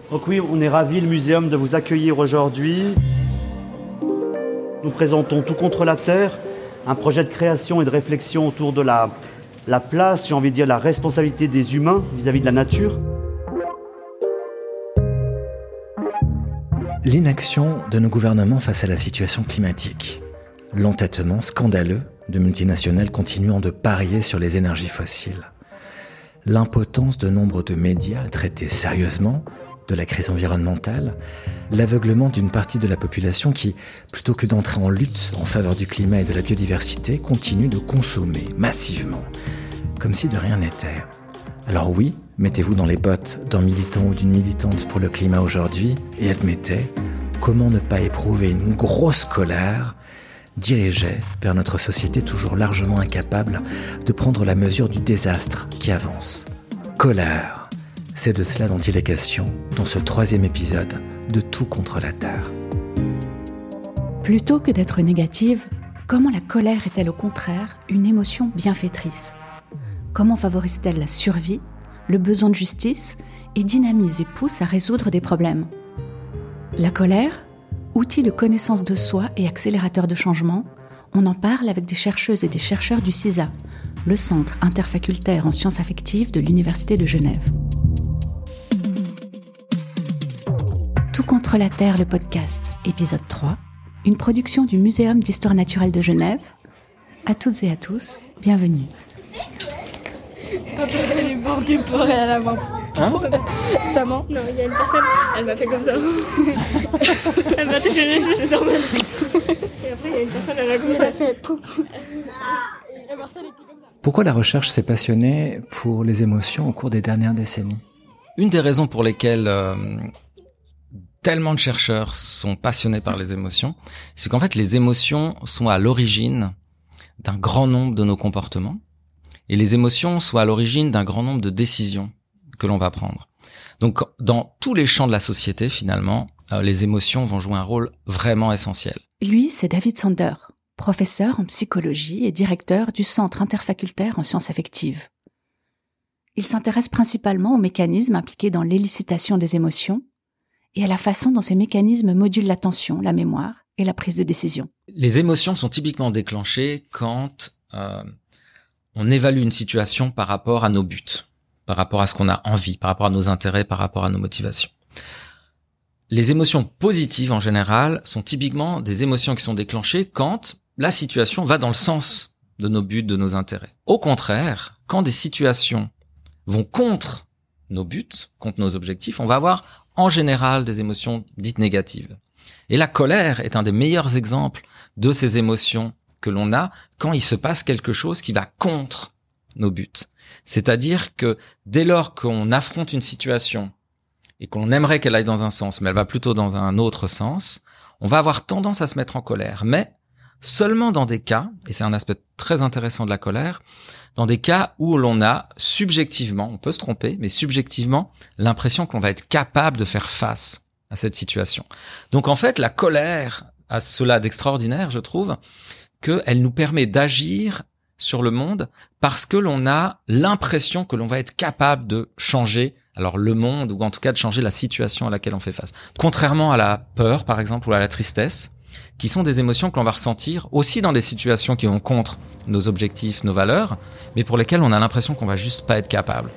Donc oui, on est ravis, le muséum, de vous accueillir aujourd'hui. Nous présentons Tout contre la Terre, un projet de création et de réflexion autour de la place, j'ai envie de dire la responsabilité des humains vis-à-vis de la nature. L'inaction de nos gouvernements face à la situation climatique. L'entêtement scandaleux de multinationales continuant de parier sur les énergies fossiles. L'impotence de nombre de médias à traiter sérieusement de la crise environnementale, l'aveuglement d'une partie de la population qui, plutôt que d'entrer en lutte en faveur du climat et de la biodiversité, continue de consommer massivement, comme si de rien n'était. Alors oui, mettez-vous dans les bottes d'un militant ou d'une militante pour le climat aujourd'hui et admettez, comment ne pas éprouver une grosse colère dirigée vers notre société toujours largement incapable de prendre la mesure du désastre qui avance. Colère. C'est de cela dont il est question dans ce 3e épisode de Tout contre la Terre. Plutôt que d'être négative, comment la colère est-elle au contraire une émotion bienfaitrice ? Comment favorise-t-elle la survie, le besoin de justice et dynamise et pousse à résoudre des problèmes ? La colère, outil de connaissance de soi et accélérateur de changement, on en parle avec des chercheuses et des chercheurs du CISA, le Centre interfacultaire en sciences affectives de l'Université de Genève. Tout contre la Terre, le podcast, épisode 3, une production du Muséum d'Histoire naturelle de Genève. À toutes et à tous, bienvenue. Quand on est au bord du port et à la main. Hein? Ça ment. Non, il y a une personne, elle m'a fait comme ça. Elle m'a touché les cheveux, j'étais en mode. Et après, il y a une personne, elle a comme ça. Elle a fait pouf. Et Marcel était comme ça. Pourquoi la recherche s'est passionnée pour les émotions au cours des dernières décennies ? Une des raisons pour lesquelles tellement de chercheurs sont passionnés par les émotions, c'est qu'en fait, les émotions sont à l'origine d'un grand nombre de nos comportements et les émotions sont à l'origine d'un grand nombre de décisions que l'on va prendre. Donc, dans tous les champs de la société, finalement, les émotions vont jouer un rôle vraiment essentiel. Lui, c'est David Sander, professeur en psychologie et directeur du Centre interfacultaire en sciences affectives. Il s'intéresse principalement aux mécanismes impliqués dans l'élicitation des émotions et à la façon dont ces mécanismes modulent l'attention, la mémoire et la prise de décision. Les émotions sont typiquement déclenchées quand on évalue une situation par rapport à nos buts, par rapport à ce qu'on a envie, par rapport à nos intérêts, par rapport à nos motivations. Les émotions positives, en général, sont typiquement des émotions qui sont déclenchées quand la situation va dans le sens de nos buts, de nos intérêts. Au contraire, quand des situations vont contre nos buts, contre nos objectifs, on va avoir en général des émotions dites négatives. Et la colère est un des meilleurs exemples de ces émotions que l'on a quand il se passe quelque chose qui va contre nos buts. C'est-à-dire que dès lors qu'on affronte une situation et qu'on aimerait qu'elle aille dans un sens, mais elle va plutôt dans un autre sens, on va avoir tendance à se mettre en colère. Mais seulement dans des cas, et c'est un aspect très intéressant de la colère, dans des cas où l'on a subjectivement, on peut se tromper, mais subjectivement, l'impression qu'on va être capable de faire face à cette situation. Donc en fait, la colère a cela d'extraordinaire, je trouve, qu'elle nous permet d'agir sur le monde parce que l'on a l'impression que l'on va être capable de changer alors le monde, ou en tout cas de changer la situation à laquelle on fait face. Contrairement à la peur, par exemple, ou à la tristesse, qui sont des émotions que l'on va ressentir aussi dans des situations qui vont contre nos objectifs, nos valeurs, mais pour lesquelles on a l'impression qu'on va juste pas être capable.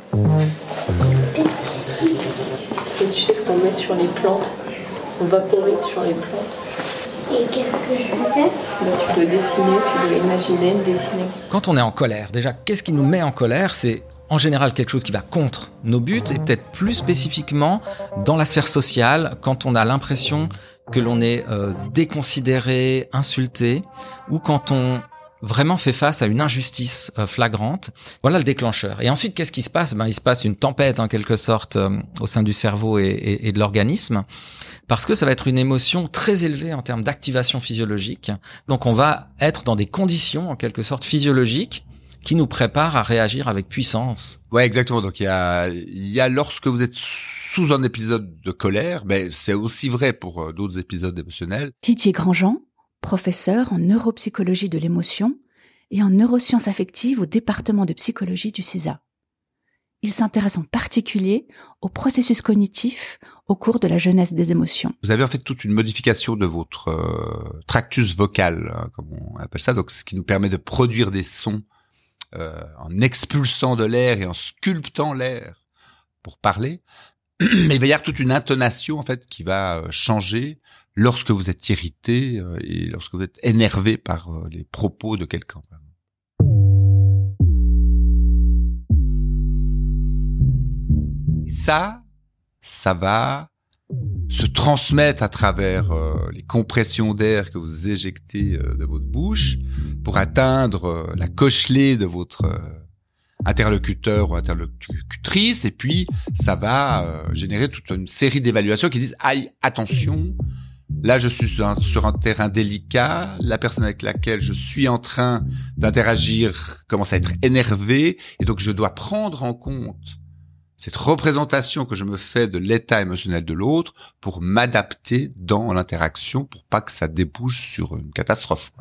Pesticide. Tu sais ce qu'on met sur les plantes. On vaporise sur les plantes. Et qu'est-ce que je peux faire ? Tu peux dessiner, tu peux imaginer, dessiner. Quand on est en colère, déjà, qu'est-ce qui nous met en colère ? C'est en général quelque chose qui va contre nos buts et peut-être plus spécifiquement dans la sphère sociale, quand on a l'impression que l'on est déconsidéré, insulté, ou quand on vraiment fait face à une injustice flagrante. Voilà le déclencheur. Et ensuite, qu'est-ce qui se passe ? Il se passe une tempête en quelque sorte au sein du cerveau et de l'organisme, parce que ça va être une émotion très élevée en termes d'activation physiologique. Donc on va être dans des conditions en quelque sorte physiologiques qui nous préparent à réagir avec puissance. Ouais, exactement. Donc il y a lorsque vous êtes sous un épisode de colère, mais c'est aussi vrai pour d'autres épisodes émotionnels. Didier Grandjean, professeur en neuropsychologie de l'émotion et en neurosciences affectives au département de psychologie du CISA. Il s'intéresse en particulier aux processus cognitifs au cours de la jeunesse des émotions. Vous avez en fait toute une modification de votre tractus vocal, hein, comme on appelle ça, donc ce qui nous permet de produire des sons en expulsant de l'air et en sculptant l'air pour parler. Mais il va y avoir toute une intonation en fait qui va changer lorsque vous êtes irrité et lorsque vous êtes énervé par les propos de quelqu'un. Ça va se transmettre à travers les compressions d'air que vous éjectez de votre bouche pour atteindre la cochelée de votre interlocuteur ou interlocutrice, et puis ça va générer toute une série d'évaluations qui disent « Aïe, attention, là je suis sur un terrain délicat, la personne avec laquelle je suis en train d'interagir commence à être énervée, et donc je dois prendre en compte cette représentation que je me fais de l'état émotionnel de l'autre pour m'adapter dans l'interaction pour pas que ça débouche sur une catastrophe, quoi. »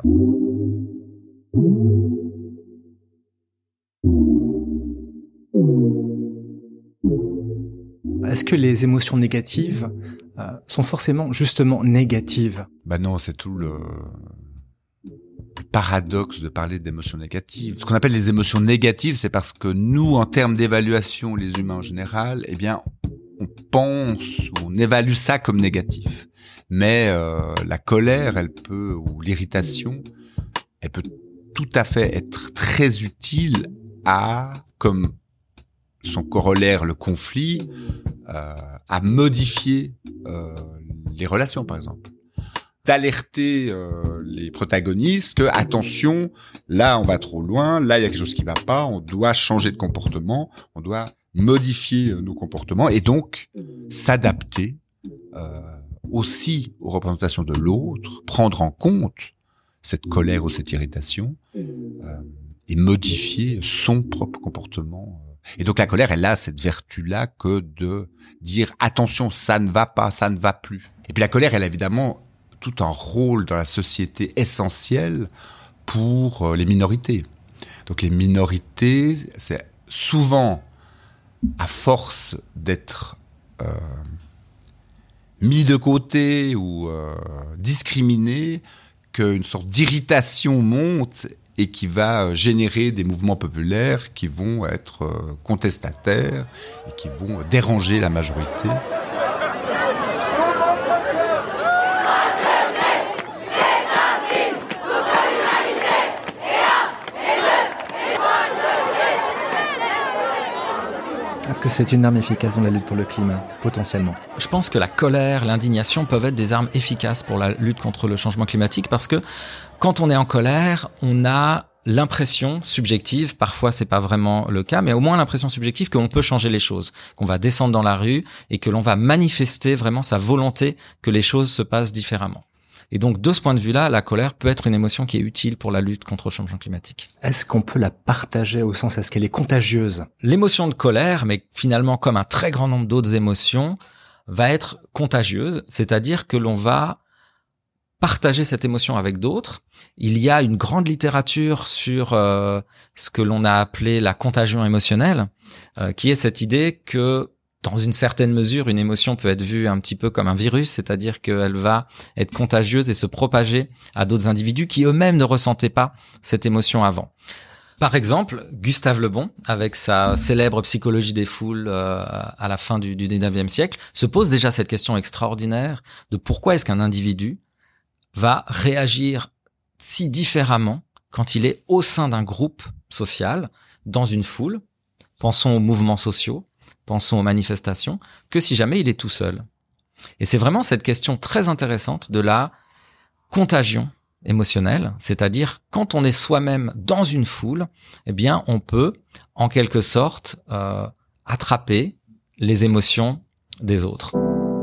Est-ce que les émotions négatives sont forcément justement négatives ? Bah non, c'est tout le paradoxe de parler d'émotions négatives. Ce qu'on appelle les émotions négatives, c'est parce que nous, en termes d'évaluation, les humains en général, eh bien, on pense, on évalue ça comme négatif. Mais la colère, ou l'irritation, elle peut tout à fait être très utile comme son corollaire, le conflit, à modifier les relations, par exemple. D'alerter les protagonistes que, attention, là on va trop loin, là il y a quelque chose qui va pas, on doit changer de comportement, on doit modifier nos comportements et donc s'adapter aussi aux représentations de l'autre, prendre en compte cette colère ou cette irritation et modifier son propre comportement. Et donc la colère, elle a cette vertu-là que de dire attention, ça ne va pas, ça ne va plus. Et puis la colère, elle a évidemment tout un rôle dans la société essentiel pour les minorités. Donc les minorités, c'est souvent à force d'être mis de côté ou discriminé qu'une sorte d'irritation monte et qui va générer des mouvements populaires qui vont être contestataires et qui vont déranger la majorité. Est-ce que c'est une arme efficace dans la lutte pour le climat, potentiellement ? Je pense que la colère, l'indignation peuvent être des armes efficaces pour la lutte contre le changement climatique parce que quand on est en colère, on a l'impression subjective, parfois c'est pas vraiment le cas, mais au moins l'impression subjective qu'on peut changer les choses, qu'on va descendre dans la rue et que l'on va manifester vraiment sa volonté que les choses se passent différemment. Et donc, de ce point de vue-là, la colère peut être une émotion qui est utile pour la lutte contre le changement climatique. Est-ce qu'on peut la partager au sens, est-ce qu'elle est contagieuse ? L'émotion de colère, mais finalement comme un très grand nombre d'autres émotions, va être contagieuse, c'est-à-dire que l'on va partager cette émotion avec d'autres. Il y a une grande littérature sur ce que l'on a appelé la contagion émotionnelle, qui est cette idée que dans une certaine mesure, une émotion peut être vue un petit peu comme un virus, c'est-à-dire qu'elle va être contagieuse et se propager à d'autres individus qui eux-mêmes ne ressentaient pas cette émotion avant. Par exemple, Gustave Le Bon, avec sa célèbre psychologie des foules à la fin du 19e siècle, se pose déjà cette question extraordinaire de pourquoi est-ce qu'un individu va réagir si différemment quand il est au sein d'un groupe social, dans une foule, pensons aux mouvements sociaux, pensons aux manifestations, que si jamais il est tout seul. Et c'est vraiment cette question très intéressante de la contagion émotionnelle, c'est-à-dire quand on est soi-même dans une foule, eh bien on peut en quelque sorte attraper les émotions des autres.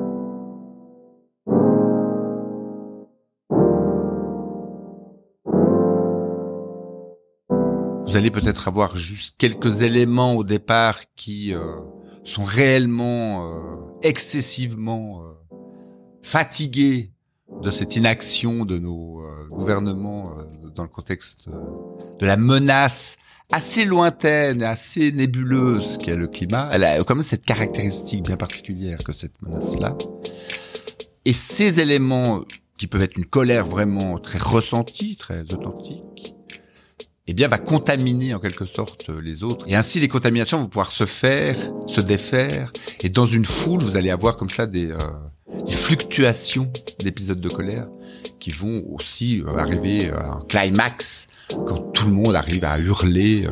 Vous allez peut-être avoir juste quelques éléments au départ qui sont réellement excessivement fatigués de cette inaction de nos gouvernements dans le contexte de la menace assez lointaine et assez nébuleuse qu'est le climat. Elle a quand même cette caractéristique bien particulière que cette menace-là. Et ces éléments qui peuvent être une colère vraiment très ressentie, très authentique, eh bien, va contaminer en quelque sorte les autres. Et ainsi, les contaminations vont pouvoir se faire, se défaire. Et dans une foule, vous allez avoir comme ça des fluctuations d'épisodes de colère qui vont aussi arriver à un climax quand tout le monde arrive à hurler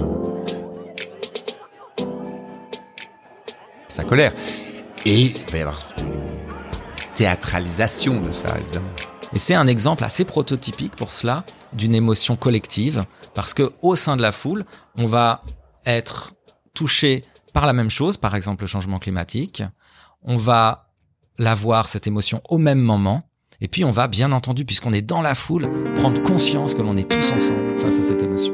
sa colère. Et il va y avoir une théâtralisation de ça, évidemment. Et c'est un exemple assez prototypique pour cela d'une émotion collective, parce que au sein de la foule, on va être touché par la même chose, par exemple le changement climatique. On va l'avoir, cette émotion, au même moment. Et puis on va, bien entendu, puisqu'on est dans la foule, prendre conscience que l'on est tous ensemble face à cette émotion.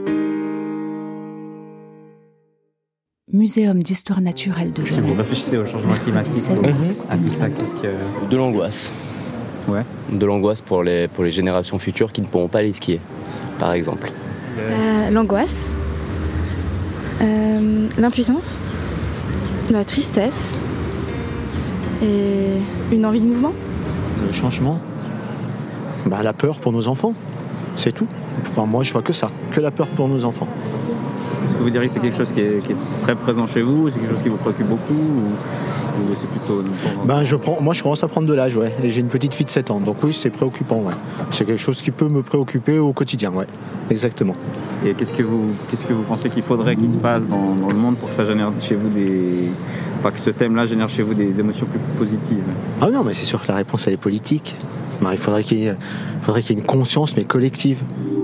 Muséum d'histoire naturelle de Genève. Si vous réfléchissez au changement climatique, 16 mars à tout ça, 2022. qu'est-ce que... De l'angoisse. Ouais. De l'angoisse pour les générations futures qui ne pourront pas aller skier, par exemple. L'angoisse, l'impuissance, la tristesse et une envie de mouvement. Le changement, la peur pour nos enfants, c'est tout. Enfin, moi, je vois que ça, que la peur pour nos enfants. Est-ce que vous diriez que c'est quelque chose qui est très présent chez vous? C'est quelque chose qui vous préoccupe beaucoup ou c'est plutôt... Moi, je commence à prendre de l'âge, ouais. Et j'ai une petite fille de 7 ans, donc oui, c'est préoccupant, ouais. C'est quelque chose qui peut me préoccuper au quotidien, ouais. Exactement. Et qu'est-ce que vous pensez qu'il faudrait qu'il se passe dans le monde pour que ça génère chez vous que ce thème-là génère chez vous des émotions plus positives? Ah non, mais c'est sûr que la réponse, elle est politique. Il faudrait qu'il y ait une conscience, mais collective.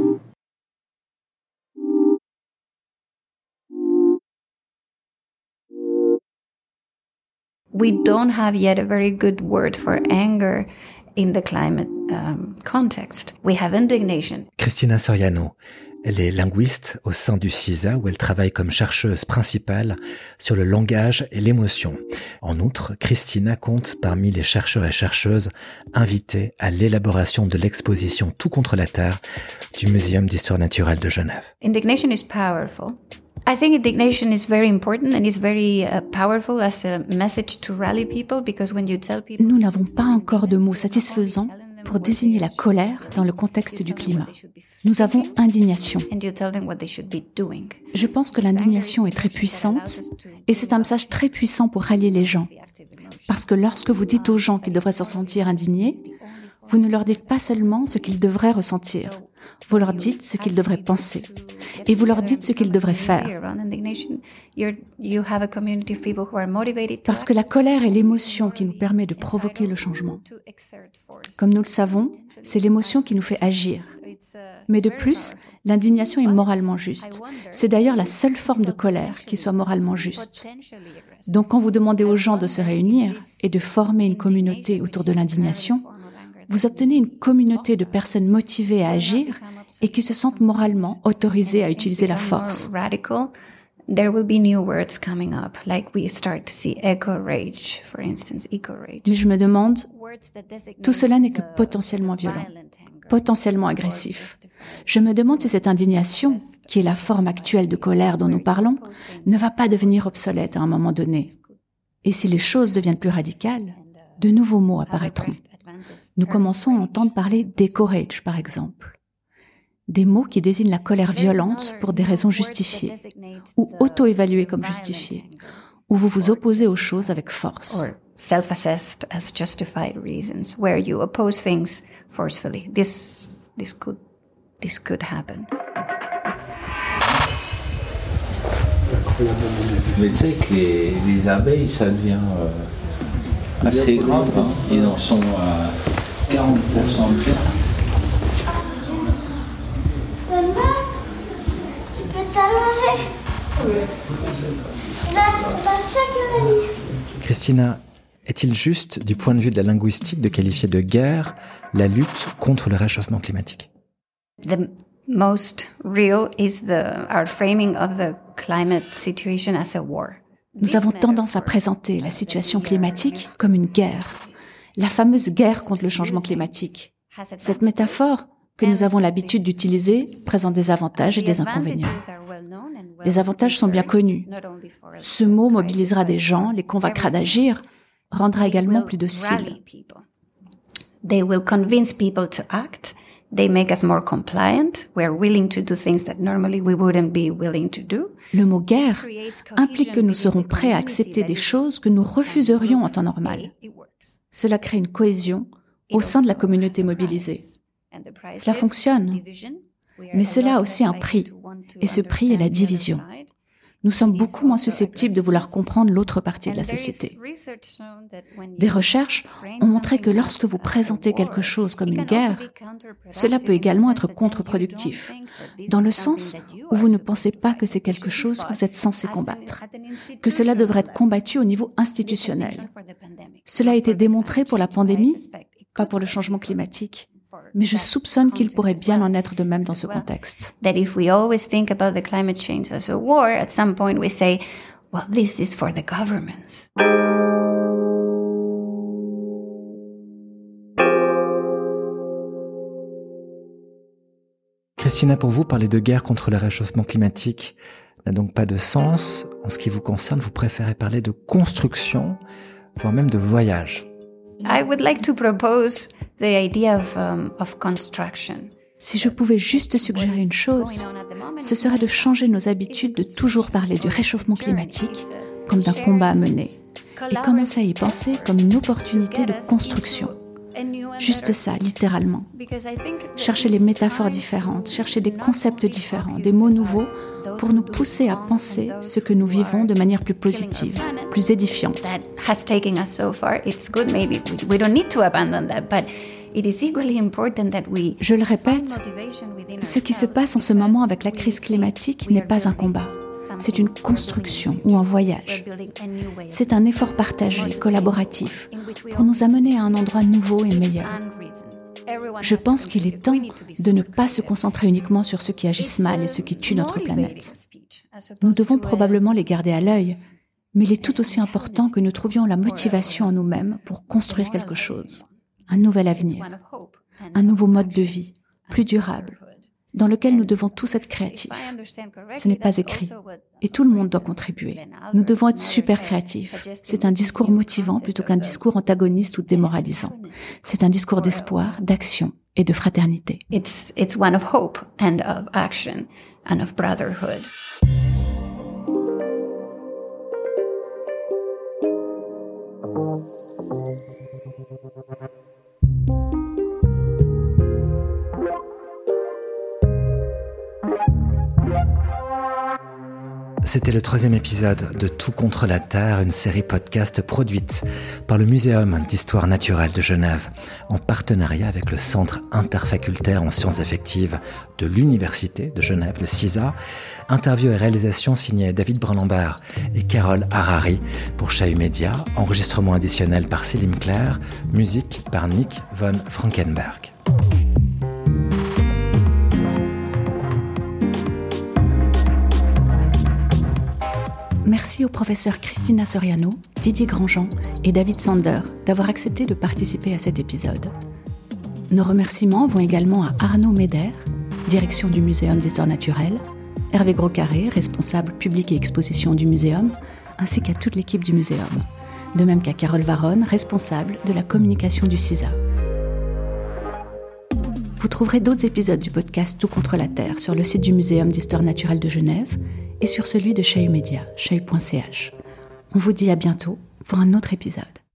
We don't have yet a very good word for anger in the climate context. We have indignation. Cristina Soriano, elle est linguiste au sein du CISA où elle travaille comme chercheuse principale sur le langage et l'émotion. En outre, Cristina compte parmi les chercheurs et chercheuses invités à l'élaboration de l'exposition Tout contre la Terre du Muséum d'histoire naturelle de Genève. Indignation is powerful. I think indignation is very important and is very powerful as a message to rally people because when you tell people... Nous n'avons pas encore de mots satisfaisants pour désigner la colère dans le contexte du climat. Nous avons indignation. Je pense que l'indignation est très puissante et c'est un message très puissant pour rallier les gens. Parce que lorsque vous dites aux gens qu'ils devraient se sentir indignés, vous ne leur dites pas seulement ce qu'ils devraient ressentir, vous leur dites ce qu'ils devraient penser. Et vous leur dites ce qu'ils devraient faire. Parce que la colère est l'émotion qui nous permet de provoquer le changement. Comme nous le savons, c'est l'émotion qui nous fait agir. Mais de plus, l'indignation est moralement juste. C'est d'ailleurs la seule forme de colère qui soit moralement juste. Donc quand vous demandez aux gens de se réunir et de former une communauté autour de l'indignation, vous obtenez une communauté de personnes motivées à agir et qui se sentent moralement autorisées à utiliser la force. There will be new words coming up, like we start to see eco-rage, for instance, eco-rage. Mais je me demande, tout cela n'est que potentiellement violent, potentiellement agressif. Je me demande si cette indignation, qui est la forme actuelle de colère dont nous parlons, ne va pas devenir obsolète à un moment donné. Et si les choses deviennent plus radicales, de nouveaux mots apparaîtront. Nous commençons à entendre parler d'éco-rage, par exemple. Des mots qui désignent la colère violente pour des raisons justifiées, ou auto-évaluées comme justifiées, où vous vous opposez aux choses avec force. Or self-assessed as justified reasons, where you oppose things forcefully. This could happen. Mais tu sais que les abeilles, ça devient assez grave. Hein. Ils en sont à 40% de cas. Tu peux t'allonger. Christina, est-il juste, du point de vue de la linguistique, de qualifier de guerre la lutte contre le réchauffement climatique? The most real is our framing of the climate situation as a war. Nous avons tendance à présenter la situation climatique comme une guerre, la fameuse guerre contre le changement climatique. Cette métaphore que nous avons l'habitude d'utiliser présente des avantages et des inconvénients. Les avantages sont bien connus. Ce mot mobilisera des gens, les convaincra d'agir, rendra également plus dociles. They will convince people to act. They make us more compliant. We're willing to do things that normally we wouldn't be willing to do. Le mot guerre implique que nous serons prêts à accepter des choses que nous refuserions en temps normal. Cela crée une cohésion au sein de la communauté mobilisée. Cela fonctionne, mais cela a aussi un prix, et ce prix est la division. Nous sommes beaucoup moins susceptibles de vouloir comprendre l'autre partie de la société. Des recherches ont montré que lorsque vous présentez quelque chose comme une guerre, cela peut également être contre-productif, dans le sens où vous ne pensez pas que c'est quelque chose que vous êtes censé combattre, que cela devrait être combattu au niveau institutionnel. Cela a été démontré pour la pandémie, pas pour le changement climatique. Mais je soupçonne qu'il pourrait bien en être de même dans ce contexte. That if we always think about the climate change as a war, at some point we say, well, this is for the governments. Christina, pour vous, parler de guerre contre le réchauffement climatique n'a donc pas de sens. En ce qui vous concerne, vous préférez parler de construction, voire même de voyage. I would like to propose the idea of construction. Si je pouvais juste suggérer une chose, ce serait de changer nos habitudes de toujours parler du réchauffement climatique comme d'un combat à mener et commencer à y penser comme une opportunité de construction. Juste ça, littéralement. Chercher les métaphores différentes, chercher des concepts différents, des mots nouveaux pour nous pousser à penser ce que nous vivons de manière plus positive, plus édifiante. Je le répète, ce qui se passe en ce moment avec la crise climatique n'est pas un combat. C'est une construction ou un voyage. C'est un effort partagé, collaboratif, pour nous amener à un endroit nouveau et meilleur. Je pense qu'il est temps de ne pas se concentrer uniquement sur ceux qui agissent mal et ceux qui tuent notre planète. Nous devons probablement les garder à l'œil, mais il est tout aussi important que nous trouvions la motivation en nous-mêmes pour construire quelque chose, un nouvel avenir, un nouveau mode de vie, plus durable, dans lequel nous devons tous être créatifs. Ce n'est pas écrit, et tout le monde doit contribuer. Nous devons être super créatifs. C'est un discours motivant plutôt qu'un discours antagoniste ou démoralisant. C'est un discours d'espoir, d'action et de fraternité. It's one of hope and of action and of brotherhood. C'était le 3e épisode de Tout contre la Terre, une série podcast produite par le Muséum d'Histoire Naturelle de Genève, en partenariat avec le Centre interfacultaire en sciences affectives de l'Université de Genève, le CISA. Interview et réalisation signée David Brun-Lambert et Carole Harari pour Chahut Média. Enregistrement additionnel par Céline Claire. Musique par Nick von Frankenberg. Merci aux professeurs Christina Soriano, Didier Grandjean et David Sander d'avoir accepté de participer à cet épisode. Nos remerciements vont également à Arnaud Médère, direction du Muséum d'Histoire Naturelle, Hervé Groscarré, responsable public et exposition du Muséum, ainsi qu'à toute l'équipe du Muséum, de même qu'à Carole Varonne, responsable de la communication du CISA. Vous trouverez d'autres épisodes du podcast Tout contre la Terre sur le site du Muséum d'Histoire Naturelle de Genève et sur celui de Chahut Média, chahut.ch. On vous dit à bientôt pour un autre épisode.